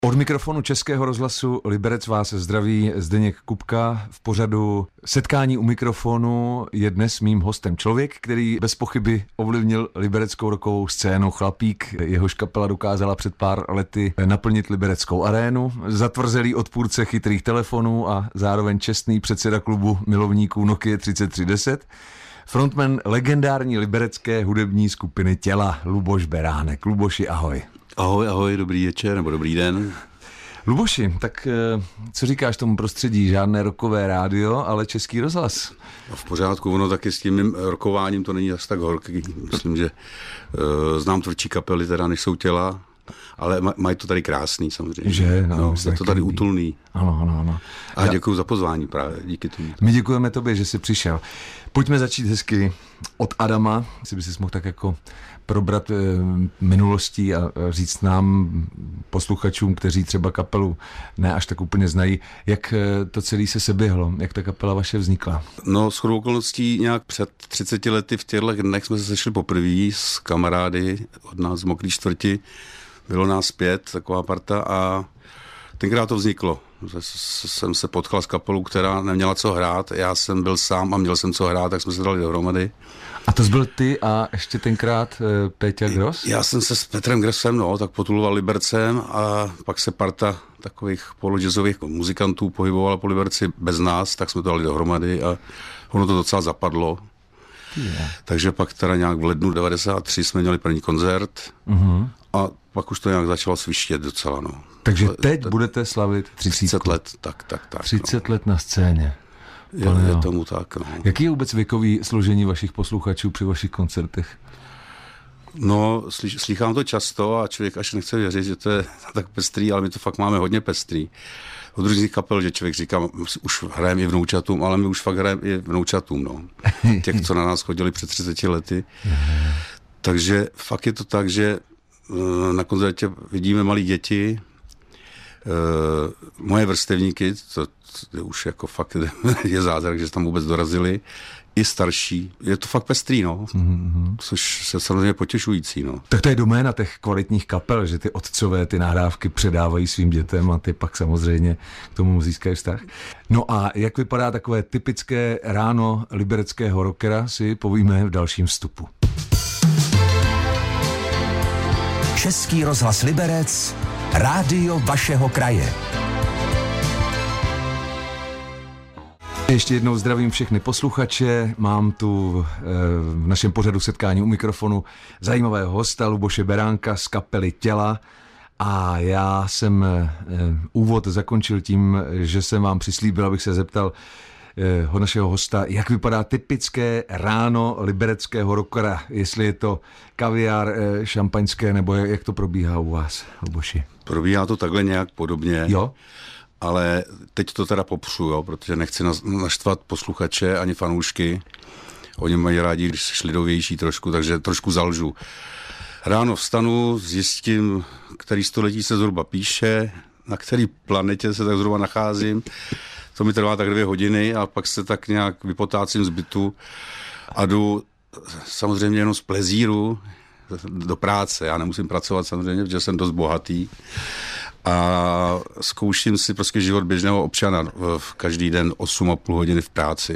Od mikrofonu Českého rozhlasu Liberec vás zdraví Zdeněk Kupka. V pořadu Setkání u mikrofonu je dnes mým hostem člověk, který bez pochyby ovlivnil libereckou rockovou scénu. Chlapík, jehož kapela dokázala před pár lety naplnit libereckou arénu. Zatvrzelý odpůrce chytrých telefonů a zároveň čestný předseda klubu milovníků Nokia 3310. Frontman legendární liberecké hudební skupiny Těla, Luboš Beránek. Luboši, ahoj. Ahoj, dobrý večer nebo dobrý den. Luboši, tak co říkáš tomu prostředí? Žádné rockové rádio, ale Český rozhlas. V pořádku, ono taky s tím mým rockováním to není asi tak horký. Myslím, že znám tvrdší kapely, teda než jsou Těla, ale mají to tady krásný samozřejmě. Že? No, je to tady útulný. Ano. A děkuju za pozvání právě, díky tomu. My děkujeme tobě, že jsi přišel. Pojďme začít hezky od Adama, jestli by si mohl tak jako probrat minulostí a říct nám, posluchačům, kteří třeba kapelu ne až tak úplně znají, jak to celé se seběhlo, jak ta kapela vaše vznikla. No, shodou okolností nějak před 30 lety v těchto dnech jsme se sešli poprvé s kamarády od nás z Mokrý čtvrti. Bylo nás 5, taková parta, a tenkrát to vzniklo. Jsem se potkal s kapelou, která neměla co hrát, já jsem byl sám a měl jsem co hrát, tak jsme se dali dohromady. A to byl ty a ještě tenkrát Péťa Gross? Já jsem se s Petrem Grossem, tak potuloval Libercem a pak se parta takových polojazzových muzikantů pohybovala po Liberci bez nás, tak jsme to dali dohromady a ono to docela zapadlo. Takže pak teda nějak v lednu 93 jsme měli první koncert a pak už to nějak začalo svištět docela, no. Takže teď budete slavit 30 let, tak. 30 let na scéně. Je tomu tak, no. Jaký je vůbec věkový složení vašich posluchačů při vašich koncertech? No, slýchám to často a člověk až nechce věřit, že to je tak pestrý, ale my to fakt máme hodně pestrý. Od různých kapel, že člověk říká, už hrajeme i vnoučatům, ale my už fakt hrajeme i vnoučatům, no. Těch, co na nás chodili před 30 lety. Takže fakt je to tak, že na koncertě vidíme malí děti, moje vrstevníky, to už jako fakt je zázrak, že tam vůbec dorazili, i starší. Je to fakt pestrý, no. Což je samozřejmě potěšující, no. Tak to je doména těch kvalitních kapel, že ty otcové ty nahrávky předávají svým dětem a ty pak samozřejmě k tomu získají vztah. No a jak vypadá takové typické ráno libereckého rockera, si povíme v dalším vstupu. Český rozhlas Liberec, rádio vašeho kraje. Ještě jednou zdravím všechny posluchače. Mám tu v našem pořadu Setkání u mikrofonu zajímavého hosta Luboše Beránka z kapely Těla. A já jsem úvod zakončil tím, že jsem vám přislíbil, abych se zeptal našeho hosta, jak vypadá typické ráno libereckého rockera, jestli je to kaviár, šampaňské, nebo jak to probíhá u vás, Luboši? Probíhá to takhle nějak podobně. Jo? Ale teď to teda popřu, jo, protože nechci naštvat posluchače ani fanoušky. Oni mají rádi, když jsi lidovější trošku, takže trošku zalžu. Ráno vstanu, zjistím, který století se zhruba píše, na který planetě se tak zhruba nacházím. To mi trvá tak 2 hodiny a pak se tak nějak vypotácím z bytu a jdu samozřejmě jenom z plezíru do práce. Já nemusím pracovat samozřejmě, protože jsem dost bohatý. A zkouším si prostě život běžného občana v každý den 8,5 hodiny v práci.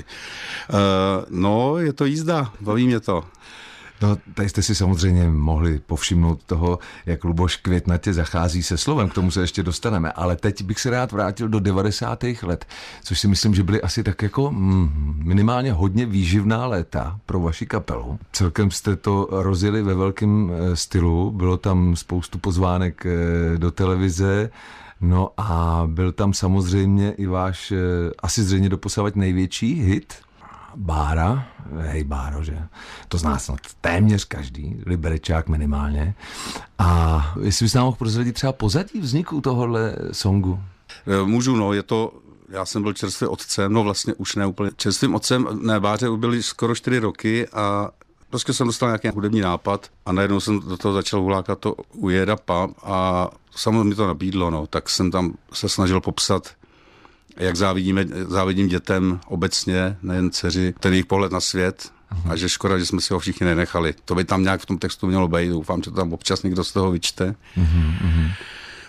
No, je to jízda, baví mě to. No, tady jste si samozřejmě mohli povšimnout toho, jak Luboš květnatě zachází se slovem, k tomu se ještě dostaneme, ale teď bych se rád vrátil do 90. let, což si myslím, že byly asi tak jako minimálně hodně výživná léta pro vaši kapelu. Celkem jste to rozjeli ve velkém stylu, bylo tam spoustu pozvánek do televize, no a byl tam samozřejmě i váš asi zřejmě doposavad největší hit, Bára, hej Báro, že? To zná snad téměř každý, liberečák minimálně. A jestli bys nám mohl prozradit třeba pozadí vzniku tohohle songu? Můžu, no, je to, já jsem byl čerstvým otcem, no vlastně už ne úplně čerstvým otcem, ne, Báře byly skoro 4 roky a prostě jsem dostal nějaký hudební nápad a najednou jsem do toho začal hulákat to u Jeda Pam a samozřejmě mi to nabídlo, no, tak jsem tam se snažil popsat, jak závidím dětem obecně, nejen dceři, ten jejich pohled na svět a že škoda, že jsme si ho všichni nenechali. To by tam nějak v tom textu mělo být, doufám, že to tam občas někdo z toho vyčte.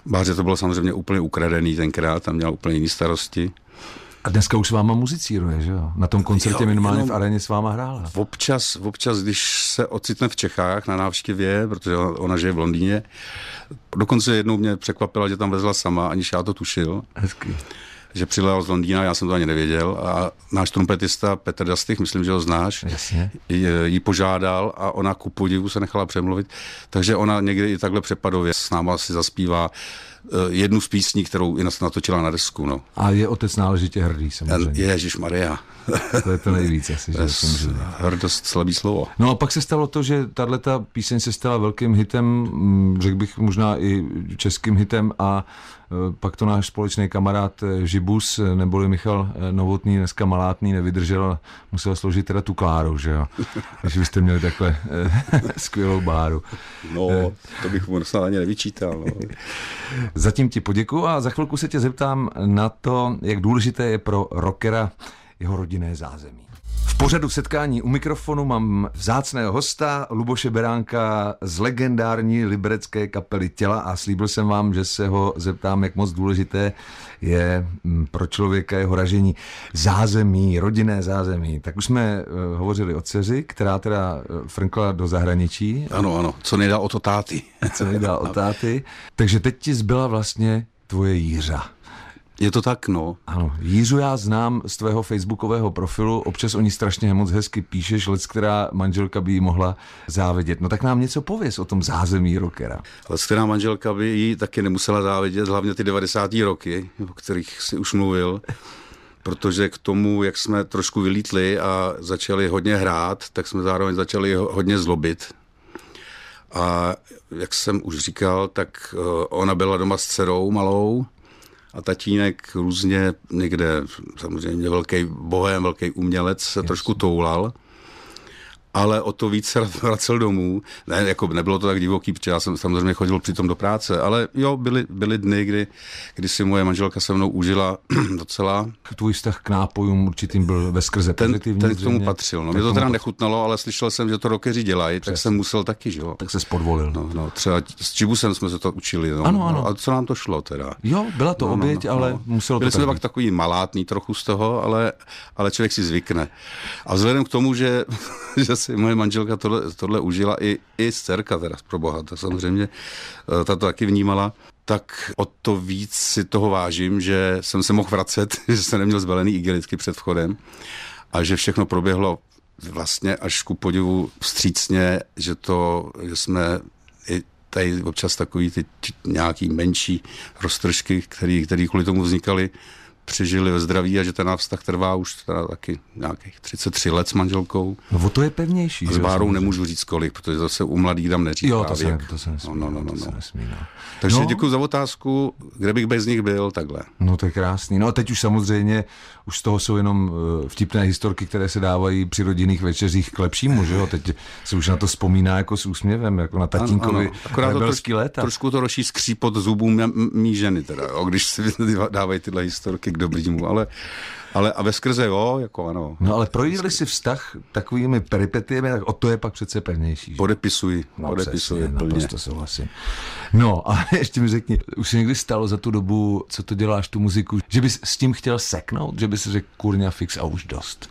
Báře to bylo samozřejmě úplně ukradený tenkrát, tam měl úplně jiný starosti. A dneska už s váma muzicíruje, že jo? Na tom koncertě minimálně v aréně s váma hrála. Občas, když se ocitne v Čechách na návštěvě, protože ona žije v Londýně, dokonce jednou mě překvapila, že tam vezla sama, aniž já to tušil. Hezky. Že přijela z Londýna, já jsem to ani nevěděl, a náš trumpetista Petr Dastych, myslím, že ho znáš, Jasně. Jí požádal a ona ku podivu se nechala přemluvit, takže ona někdy i takhle přepadově s náma si zaspívá jednu z písní, kterou i natočila na desku. No. A je otec náležitě hrdý, samozřejmě. Ježišmarja. To je to nejvíc asi, že hrdost, slabý slovo. No a pak se stalo to, že tato píseň se stala velkým hitem, řekl bych možná i českým hitem, a pak to náš společný kamarád Žibus, neboli Michal Novotný, dneska malátný, nevydržel, musel složit teda tu Kláru, že jo? Když byste měli takhle skvělou báru. No, to bych mu snad ani nevyčítal. No. Zatím ti poděkuju a za chvilku se tě zeptám na to, jak důležité je pro rockera jeho rodinné zázemí. V pořadu Setkání u mikrofonu mám vzácného hosta Luboše Beránka z legendární liberecké kapely Těla a slíbil jsem vám, že se ho zeptám, jak moc důležité je pro člověka jeho ražení zázemí, rodinné zázemí. Tak už jsme hovořili o dceři, která teda frnkla do zahraničí. Ano, co nejdá o to táty. Co nejdá o táty. Takže teď ti zbyla vlastně tvoje Jířa. Je to tak, no. Ano, Jířu já znám z tvého facebookového profilu, občas o ní strašně moc hezky píšeš, která manželka by jí mohla závidět. No tak nám něco pověz o tom zázemí rockera. Která manželka by jí taky nemusela závidět, hlavně ty 90. roky, o kterých si už mluvil, protože k tomu, jak jsme trošku vylítli a začali hodně hrát, tak jsme zároveň začali hodně zlobit. A jak jsem už říkal, tak ona byla doma s dcerou malou, a tatínek různě někde, samozřejmě velký bohém, velký umělec, se trošku toulal, ale o to víc se vracel domů. Ne, jako nebylo to tak divoký, protože já jsem samozřejmě chodil přitom do práce, ale jo, byly dny, kdy si moje manželka se mnou užila docela. Tvůj vztah k nápojům určitým byl veskrze pozitivní. Ten k tomu patřil. No. Mě to teda nechutnalo, ale slyšel jsem, že to rockeři dělají, tak jsem musel taky, že jo. Tak se spodvolil. No, třeba s Čibusem jsme se to učili. No. Ano. A co nám to šlo teda? Jo, byla to oběť, ale muselo byli to jsme pak takový malátný trochu z toho, ale člověk si zvykne. A vzhledem k tomu, že si moje manželka tohle užila, i dcerka teda, pro boha, to samozřejmě ta to taky vnímala, tak o to víc si toho vážím, že jsem se mohl vracet, že jsem neměl zbalený igelitky před vchodem a že všechno proběhlo vlastně až ku podivu vstřícně, že jsme i tady občas takový ty nějaký menší roztržky, které kvůli tomu vznikaly, přežili ve zdraví a že ten vztah trvá už teda taky nějakých 33 let s manželkou. No o to je pevnější. A s Bárou nemůžu říct kolik, protože to se u mladých dám neříká. Jo, to se nesmí. No. Takže děkuji za otázku, kde bych bez nich byl, takhle. No to je krásný. No a teď už samozřejmě, už z toho jsou jenom vtipné historky, které se dávají při rodinných večeřích k lepšímu, že jo? Teď se už na to vzpomíná jako s úsměvem, jako na tatínkovi rebelský léta. Trošku to roší skřípot zubů mý ženy teda, když si dávají tyhle historky k dobrýmu, ale a veskrze jo, jako ano. No ale projít-li si vztah takovými peripetiemi, tak o to je pak přece pevnější. Podepisuji plně. Naprosto souhlasím. No a ještě mi řekni, už se někdy stalo za tu dobu, co to děláš, tu muziku, že bys s tím chtěl seknout, že bys si řekl kurňa fix a už dost?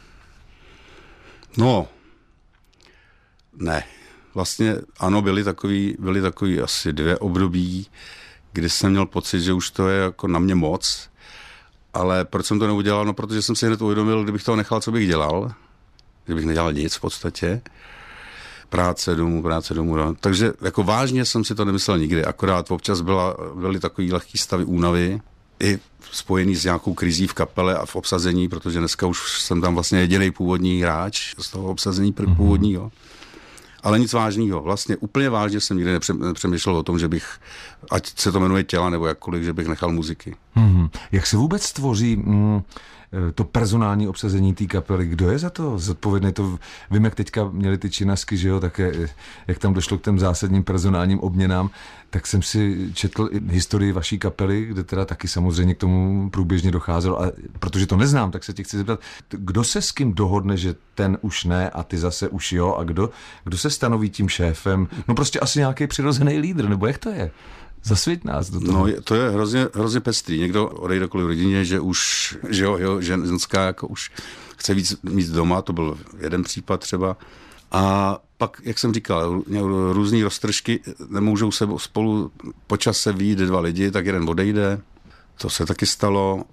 No, ne. Vlastně ano, byly takový asi 2 období, kdy jsem měl pocit, že už to je jako na mě moc. Ale proč jsem to neudělal? No, protože jsem si hned uvědomil, kdybych toho nechal, co bych dělal. Kdybych nedělal nic v podstatě. Práce domů. No. Takže jako vážně jsem si to nemyslel nikdy. Akorát občas byly takový lehký stavy únavy, i spojený s nějakou krizí v kapele a v obsazení, protože dneska už jsem tam vlastně jediný původní hráč z toho obsazení původního. Ale nic vážného. Vlastně úplně vážně jsem nikdy nepřemýšlel o tom, že bych, ať se to jmenuje Těla nebo jakkoliv, že bych nechal muziky. Jak se vůbec tvoří to personální obsazení té kapely? Kdo je za to zodpovědný? To vím, jak teďka měli ty činasky, že jo, také jak tam došlo k těm zásadním personálním obměnám, tak jsem si četl i historii vaší kapely, kde teda taky samozřejmě k tomu průběžně docházelo. A protože to neznám, tak se tě chci zeptat, kdo se s kým dohodne, že ten už ne a ty zase už jo, a kdo se stanoví tím šéfem? No prostě asi nějaký přirozený lídr, nebo jak to je? Zasvěť nás do toho. No, to je hrozně pestrý. Někdo odejde kvůli rodině, že už, že jo, ženská jako už chce víc mít doma, to byl jeden případ třeba. A pak, jak jsem říkal, různý roztržky, nemůžou se spolu po čase vyjít 2 lidi, tak jeden odejde. To se taky stalo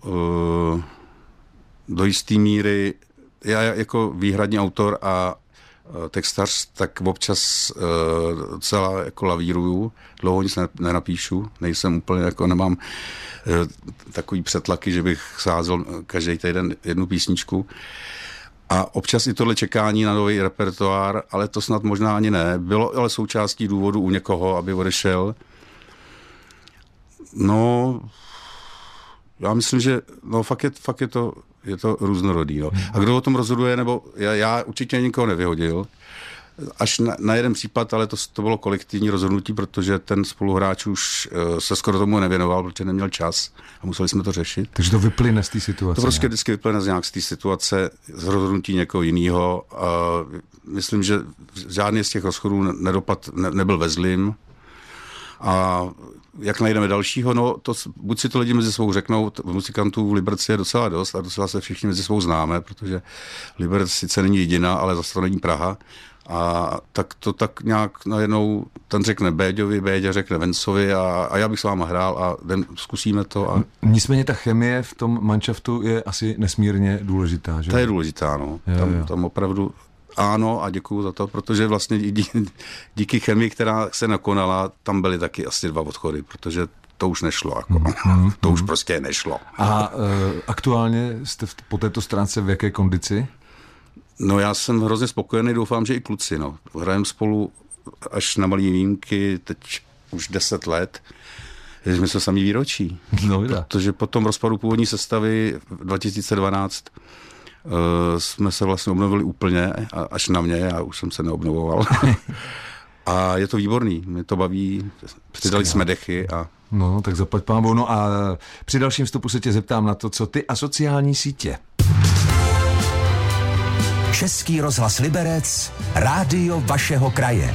do jisté míry. Já jako výhradní autor a textař, tak občas celá jako lavíruju, dlouho nic nenapíšu, nejsem úplně jako, nemám takový přetlaky, že bych sázel každý týden jednu písničku. A občas i tohle čekání na nový repertoár, ale to snad možná ani ne. Bylo ale součástí důvodu u někoho, aby odešel. No, já myslím, že no, fakt je to různorodý. No. A kdo o tom rozhoduje, nebo já určitě nikoho nevyhodil, až na jeden případ, ale to bylo kolektivní rozhodnutí, protože ten spoluhráč už se skoro tomu nevěnoval, protože neměl čas a museli jsme to řešit. Takže to vyplyne z té situace. To prostě vždycky vyplyne z té situace, z rozhodnutí někoho jiného. Myslím, že žádný z těch rozchodů nebyl ve zlým. A jak najdeme dalšího, no to buď si to lidi mezi sebou řeknou, muzikantů v Liberci je docela dost a docela se všichni mezi sebou známe, protože Liberec sice není jediná, ale zase to není Praha. A tak to tak nějak najednou ten řekne Béďovi, Béďa řekne Vencovi a já bych s váma hrál a zkusíme to. A... Nicméně ta chemie v tom manšaftu je asi nesmírně důležitá, že? Ta je důležitá, no. Tam opravdu ano a děkuju za to, protože vlastně díky chemii, která se nakonala, tam byly taky asi 2 odchody, protože to už nešlo. Jako. To už prostě nešlo. A aktuálně jste po této stránce v jaké kondici? No já jsem hrozně spokojený, doufám, že i kluci. No. Hrajeme spolu až na malý výjimky, teď už 10 let. Jsme se samý výročí. No, protože po tom rozpadu původní sestavy v 2012 jsme se vlastně obnovili úplně, až na mě, já už jsem se neobnovoval. A je to výborný, mě to baví, přidali jsme dechy a... No, tak zaplať pánbou. No a při dalším vstupu se tě zeptám na to, co ty a sociální sítě. Český rozhlas Liberec, rádio vašeho kraje.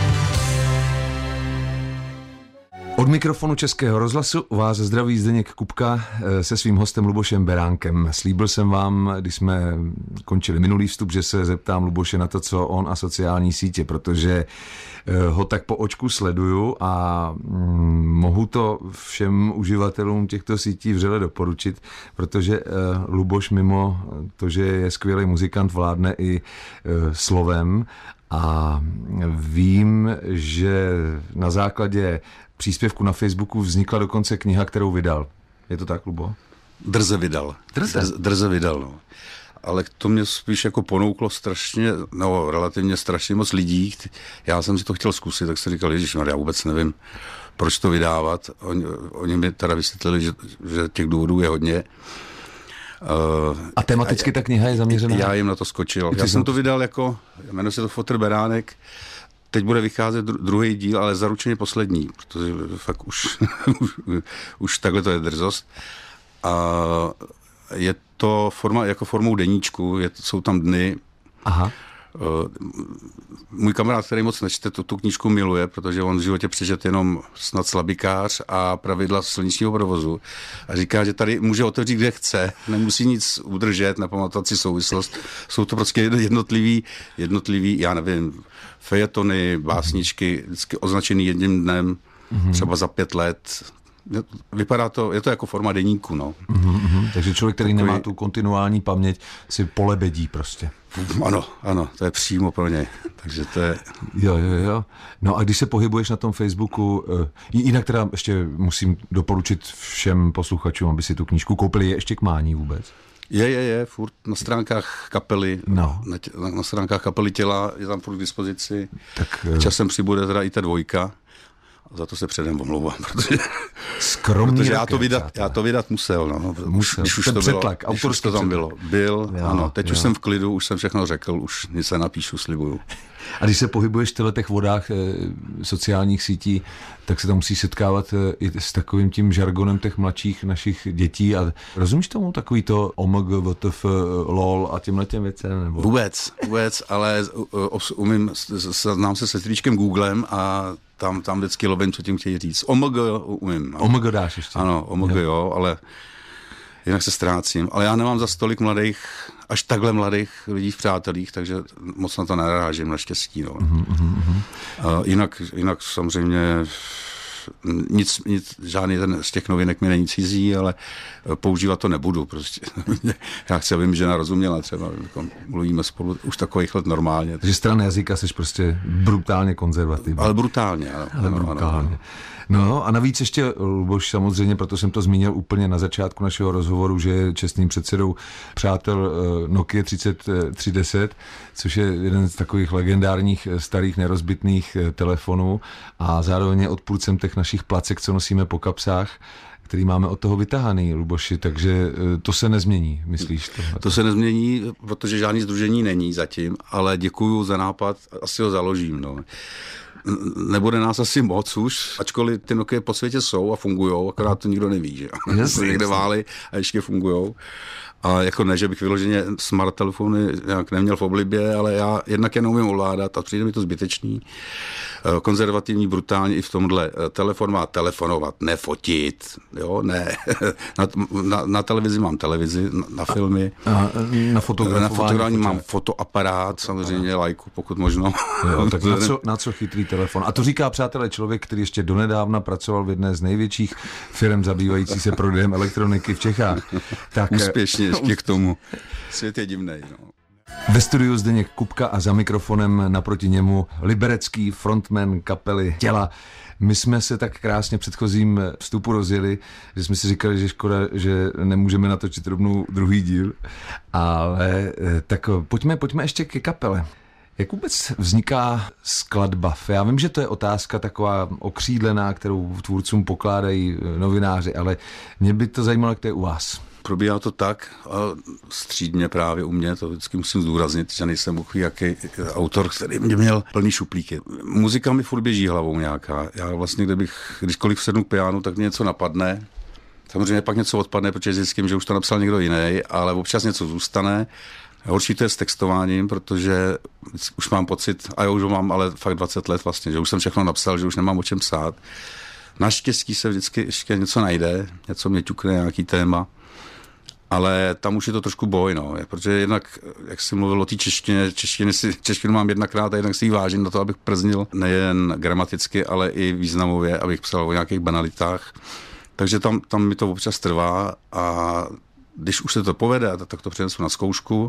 Od mikrofonu Českého rozhlasu vás zdraví Zdeněk Kupka se svým hostem Lubošem Beránkem. Slíbil jsem vám, když jsme končili minulý vstup, že se zeptám Luboše na to, co on a sociální sítě, protože ho tak po očku sleduju a mohu to všem uživatelům těchto sítí vřele doporučit, protože Luboš mimo to, že je skvělý muzikant, vládne i slovem a vím, že na základě příspěvku na Facebooku vznikla dokonce kniha, kterou vydal. Je to tak, Lubo? Drze vydal. Drze vydal, no. Ale to mě spíš jako ponouklo strašně, no relativně strašně moc lidí. Já jsem si to chtěl zkusit, tak jsem říkal, ježišmar, já vůbec nevím, proč to vydávat. Oni mi teda vysvětlili, že těch důvodů je hodně. A tematicky ta kniha je zaměřená? Já jim na to skočil. Já jsem to vydal jako, jmenuje se to Fotr Beránek. Teď bude vycházet druhý díl, ale zaručeně poslední, protože fakt už takhle to je drzost. A je to formou deníčku, jsou tam dny. Aha. Můj kamarád, který moc nečte, tu knížku miluje, protože on v životě přečet jenom snad Slabikář a pravidla silničního provozu. A říká, že tady může otevřít, kde chce, nemusí nic udržet, nepamatovat si souvislost. Jsou to prostě jednotlivý, já nevím, fejetony, básničky, vždycky označený jedním dnem, třeba za 5 let. Vypadá to, je to jako forma deníku, no. Takže člověk, který nemá tu kontinuální paměť, si polebedí prostě. Ano, to je přímo pro něj. Takže to je... Jo. No a když se pohybuješ na tom Facebooku, jinak teda ještě musím doporučit všem posluchačům, aby si tu knížku koupili, je ještě k mání vůbec? Je, furt na stránkách kapely, no. na stránkách kapely Těla je tam furt k dispozici. Tak, časem přibude teda i ta 2. Za to se předem omlouvám, protože já to vydat musel, no. Když už ten to přetlak, bylo, když už to tam bylo. Ano, teď už jsem v klidu, už jsem všechno řekl, už nic se napíšu, slibuju. A když se pohybuješ v těch vodách sociálních sítí, tak se tam musíš setkávat i s takovým tím žargonem těch mladších našich dětí. A rozumíš tomu takový to OMG, WTF, LOL a těmhletěm věcem? Nebo? Vůbec, ale znám se s tričkem Googlem a tam vždycky lovím, co tím chtějí říct. OMG umím. No. OMG dáš ještě. Ano, OMG jo, ale jinak se ztrácím. Ale já nemám za stolik mladých, až takhle mladých lidí v přátelích, takže moc na to narážím, naštěstí. No. Jinak samozřejmě nic, žádný z těch novinek mi není cizí, ale používat to nebudu prostě. Já chci, aby mi žena rozuměla třeba, mluvíme spolu už takových let normálně. Takže stran jazyka jsi prostě brutálně konzervativní. Ale brutálně, ano. Ale brutálně. Ano. No a navíc ještě Luboš samozřejmě, proto jsem to zmínil úplně na začátku našeho rozhovoru, že je čestným předsedou přátel Nokia 3310, což je jeden z takových legendárních starých nerozbitných telefonů a zároveň je odpůrcem těch našich placek, co nosíme po kapsách, který máme od toho vytahaný, Luboši, takže to se nezmění, myslíš? To se nezmění, protože žádný sdružení není zatím, ale děkuju za nápad, asi ho založím, no. Nebude nás asi moc už, ačkoliv ty Nokia po světě jsou a fungujou, akorát to nikdo neví, že se někde váli a ještě fungujou. A jako ne, že bych vyloženě smart telefony nějak neměl v oblibě, ale já jednak je neumím ovládat a přijde mi to zbytečný. Konzervativní, brutálně i v tomhle. Telefon má telefonovat, ne fotit, jo, ne. Na televizi mám televizi, na filmy. A na fotografování mám fotoaparát, samozřejmě lajku, pokud možno. Jo, tak na co chytrý telefon. A to říká, přátelé, člověk, který ještě donedávna pracoval v jedné z největších firm zabývající se prodejem elektroniky v Čechách. Tak, úspěšně ještě k tomu. Svět je divnej, no. Ve studiu Zdeněk Kupka a za mikrofonem naproti němu liberecký frontman kapely Těla. My jsme se tak krásně v předchozím vstupu rozjeli, že jsme si říkali, že škoda, že nemůžeme natočit rovnou druhý díl, ale tak pojďme ještě ke kapele. Jak vůbec vzniká skladba? Já vím, že to je otázka taková okřídlená, kterou tvůrcům pokládají novináři, ale mě by to zajímalo, jak to je u vás. Probíhá to tak, a střídmě právě u mě, to vždycky musím zdůraznit, že nejsem uchví jaký autor, který mě měl plný šuplíky. Muzika mi furt běží hlavou nějaká. Já vlastně, kdykoliv sednu k pianu, tak mě něco napadne. Samozřejmě pak něco odpadne, protože zjistím, že už to napsal někdo jiný, ale občas něco zůstane. Horší to je s textováním, protože už mám pocit, a já už ho mám ale fakt 20 let vlastně, že už jsem všechno napsal, že už nemám o čem psát. Naštěstí se vždycky ještě něco najde, něco mě ťukne, nějaký téma. Ale tam už je to trošku boj, no, protože jednak, jak jsi mluvil o té češtinu mám jednakrát a jednak si ji vážím na to, abych prznil nejen gramaticky, ale i významově, abych psal o nějakých banalitách. Takže tam mi to občas trvá a když už se to povede, tak to přinesu na zkoušku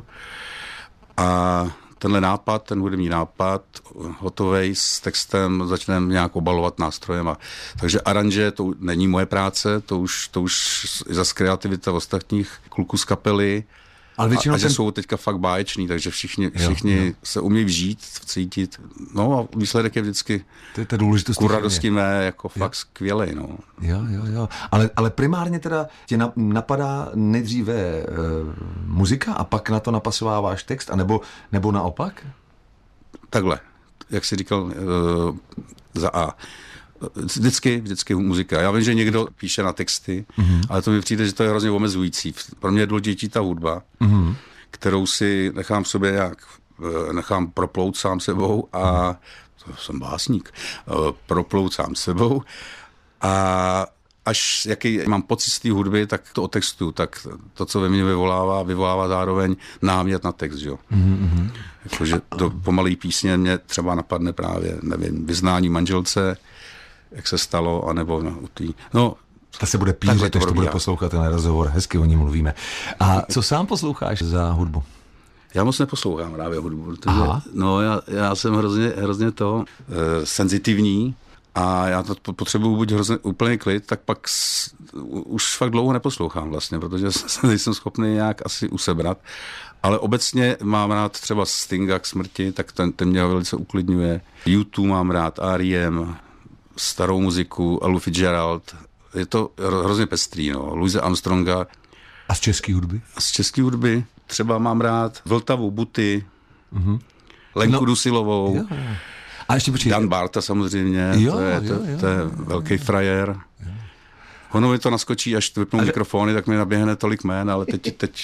a ten hudební nápad, hotovej s textem, začneme nějak obalovat nástrojem. Takže aranže, to není moje práce, to už zase kreativita ostatních kluků z kapely. Ale většinou že jsou teďka fakt báječní, takže všichni se umějí vžít, vcítit. No a výsledek je vždycky ku radosti mé jako fakt skvělej. No. Jo. Ale primárně teda tě napadá nejdříve muzika a pak na to napasováváš text, nebo naopak? Takhle, jak jsi říkal, za A. Vždycky muzika. Já vím, že někdo píše na texty, ale to mi přijde, že to je hrozně omezující. Pro mě je důležitý ta hudba, kterou si nechám v sobě nechám proplout sám sebou a to jsem básník, proplout sám sebou a až jaký mám pocit z té hudby, tak to o textu, tak to, co ve mně vyvolává zároveň námět na text, jo. Jakože do pomalý písně mě třeba napadne právě, nevím, vyznání manželce, jak se stalo, anebo u té... No, ta se bude pířit, až to bude poslouchat ten rozhovor, hezky o ní mluvíme. A co sám posloucháš za hudbu? Já moc neposlouchám právě hudbu, protože já jsem hrozně senzitivní a já to potřebuju buď úplný klid, tak pak už fakt dlouho neposlouchám vlastně, protože nejsem schopný nějak asi usebrat. Ale obecně mám rád třeba Stinga k smrti, tak ten mě velice uklidňuje. U2 mám rád, R.E.M., starou muziku, Elu Fitzgerald. Je to hrozně pestrý, no. Louise Armstronga. A z české hudby? Z české hudby třeba mám rád Vltavu, Buty, Lenku Dusilovou. Jo. A ještě počkej. Dan Barta samozřejmě, to je velký frajer. Ono mi to naskočí, až vypnu mikrofony, tak mi naběhne tolik jmén, ale teď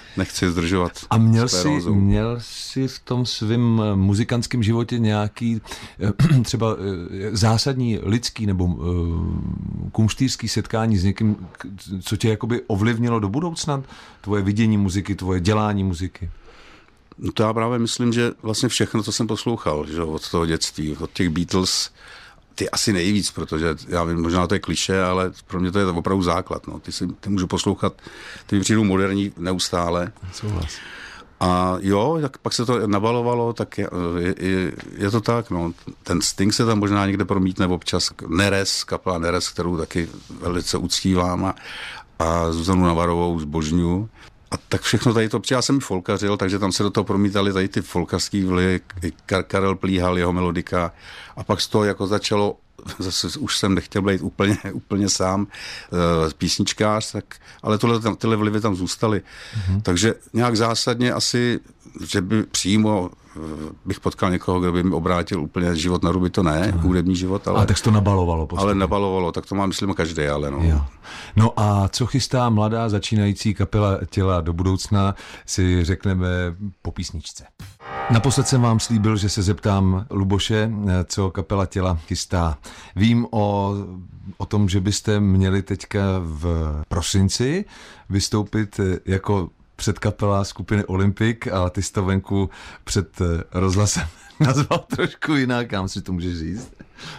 nechci zdržovat. A měl jsi v tom svém muzikantském životě nějaký třeba zásadní lidský nebo kumštýrský setkání s někým, co tě jakoby ovlivnilo do budoucna? Tvoje vidění muziky, tvoje dělání muziky? No to já právě myslím, že vlastně všechno, co jsem poslouchal, že od toho dětství, od těch Beatles, ty asi nejvíc, protože já vím, možná to je klišé, ale pro mě to je opravdu základ. No. Ty můžu poslouchat, ty mi přijdou moderní neustále. Souhlas. A jo, tak pak se to nabalovalo, tak je to tak. No. Ten Sting se tam možná někde promítne občas. Neres, kapela Neres, kterou taky velice uctívám a Zuzanu Navarovou zbožňuju. A tak všechno tady to, já jsem i folkařil, takže tam se do toho promítali tady ty folkařský vlivy, Karel Plíhal, jeho melodika a pak z toho jako začalo, zase už jsem nechtěl být úplně sám písničkář, ale tyhle vlivy tam zůstaly. Takže nějak zásadně asi, že by přímo bych potkal někoho, kdo by mi obrátil úplně život na ruby, to ne, hudební život, ale tak to nabalovalo postupně. Ale nabalovalo, tak to má myslím každý, ale no. Jo. No a co chystá mladá začínající kapela Těla do budoucna, si řekneme po písničce. Naposled jsem vám slíbil, že se zeptám Luboše, co kapela Těla chystá. Vím o tom, že byste měli teďka v prosinci vystoupit jako předkapela skupiny Olympic, ale ty jsi to venku před rozhlasem nazval trošku jinak, kam si to můžeš říct?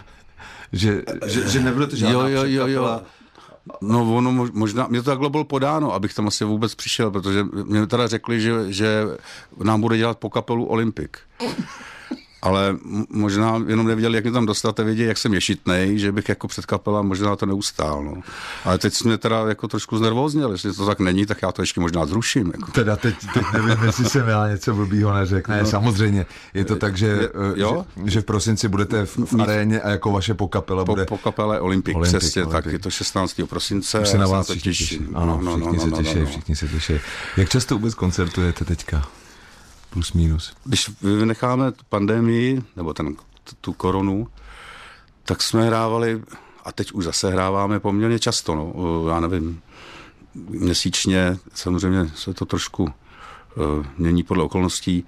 Že nebude to žádná předkapela. No ono možná, mě to takhle bylo podáno, abych tam asi vůbec přišel, protože mě teda řekli, že nám bude dělat po kapelu Olympic. Ale možná jenom nevěděli, jak mě tam dostat a vědět, jak jsem ješitnej, že bych jako předkapela možná to neustál. No. Ale teď jsme teda jako trošku znervózněli, jestli to tak není, tak já to ještě možná zruším. Jako. Teda teď nevím, jestli jsem já něco blbýho neřekl. Ne, samozřejmě. Je to tak, že v prosinci budete v aréně a jako vaše pokapela bude... Po kapele Olympic, přesně tak. Je to 16. prosince. Už se na vás všichni těší. Ano, všichni se těší. Jak často vůbec koncertujete teďka? Plus minus. Když vynecháme pandemii, nebo tu koronu, tak jsme hrávali, a teď už zase hráváme poměrně často, no, já nevím, měsíčně, samozřejmě se to trošku mění podle okolností,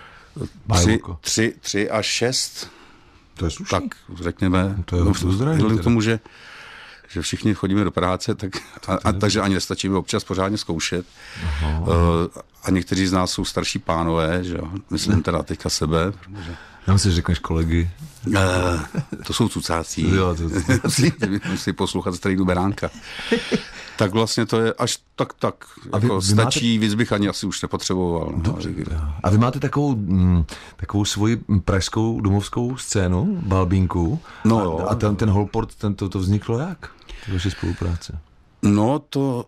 3 až 6. To je slušný. Tak řekněme, to je vzhledem k tomu, že všichni chodíme do práce, takže ani nestačíme občas pořádně zkoušet. A někteří z nás jsou starší pánové, že jo? Myslím teda teďka sebe. Protože... Já myslím, že řekneš kolegy. To jsou cucáci. Jo, musí poslouchat starého Beránka. Tak vlastně to je až tak jako vy stačí, víc bych ani asi už nepotřeboval. Dobře, a vy máte takovou svoji pražskou domovskou scénu, Balbínku. No a ten Holport, to vzniklo jak? Vaše spolupráce? No to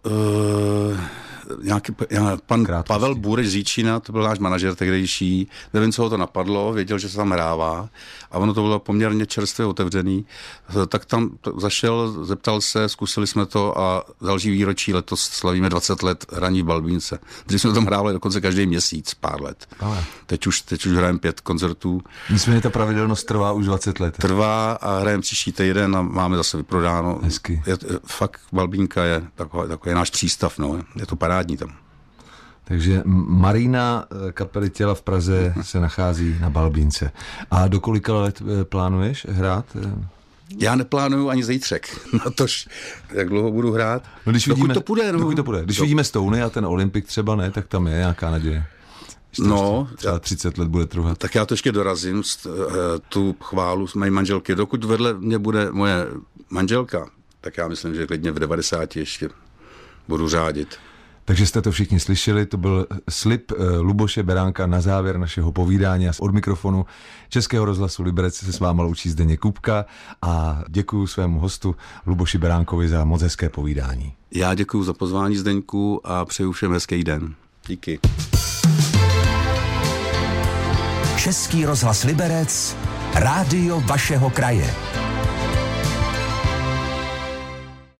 pan Pavel Bůreš z Říčína, to byl náš manažer tehdejší, nevím, co ho to napadlo, věděl, že se tam hrává a ono to bylo poměrně čerstvě otevřený, tak tam zašel, zeptal se, zkusili jsme to a další výročí letos slavíme 20 let hraní v Balbínce. Dřív jsme tam hráli dokonce každý měsíc, pár let. Teď už hrajeme 5 koncertů. Nicméně ta pravidelnost trvá už 20 let. Trvá a hrajeme příští týden a máme zase vyprodáno. Hezky. Fakt Balbínka je takový náš přístav, no. Je to parádní tam. Takže Marina kapely Těla v Praze se nachází na Balbínce. A do kolika let plánuješ hrát? Já neplánuju ani zítřek. Natož, jak dlouho budu hrát. No, dokud to půjde. Když vidíme Stony a ten Olympik třeba ne, tak tam je nějaká naděje. Třeba 30 let bude trvat. Tak já to ještě dorazím, tu chválu mé manželky. Dokud vedle mě bude moje manželka, tak já myslím, že klidně v 90 ještě budu řádit. Takže jste to všichni slyšeli, to byl slib Luboše Beránka na závěr našeho povídání a od mikrofonu Českého rozhlasu Liberec se s váma loučí Zdeněk Kupka a děkuju svému hostu Luboši Beránkovi za moc hezké povídání. Já děkuju za pozvání, Zdeňku, a přeju všem hezký den. Díky. Český rozhlas Liberec, rádio vašeho kraje.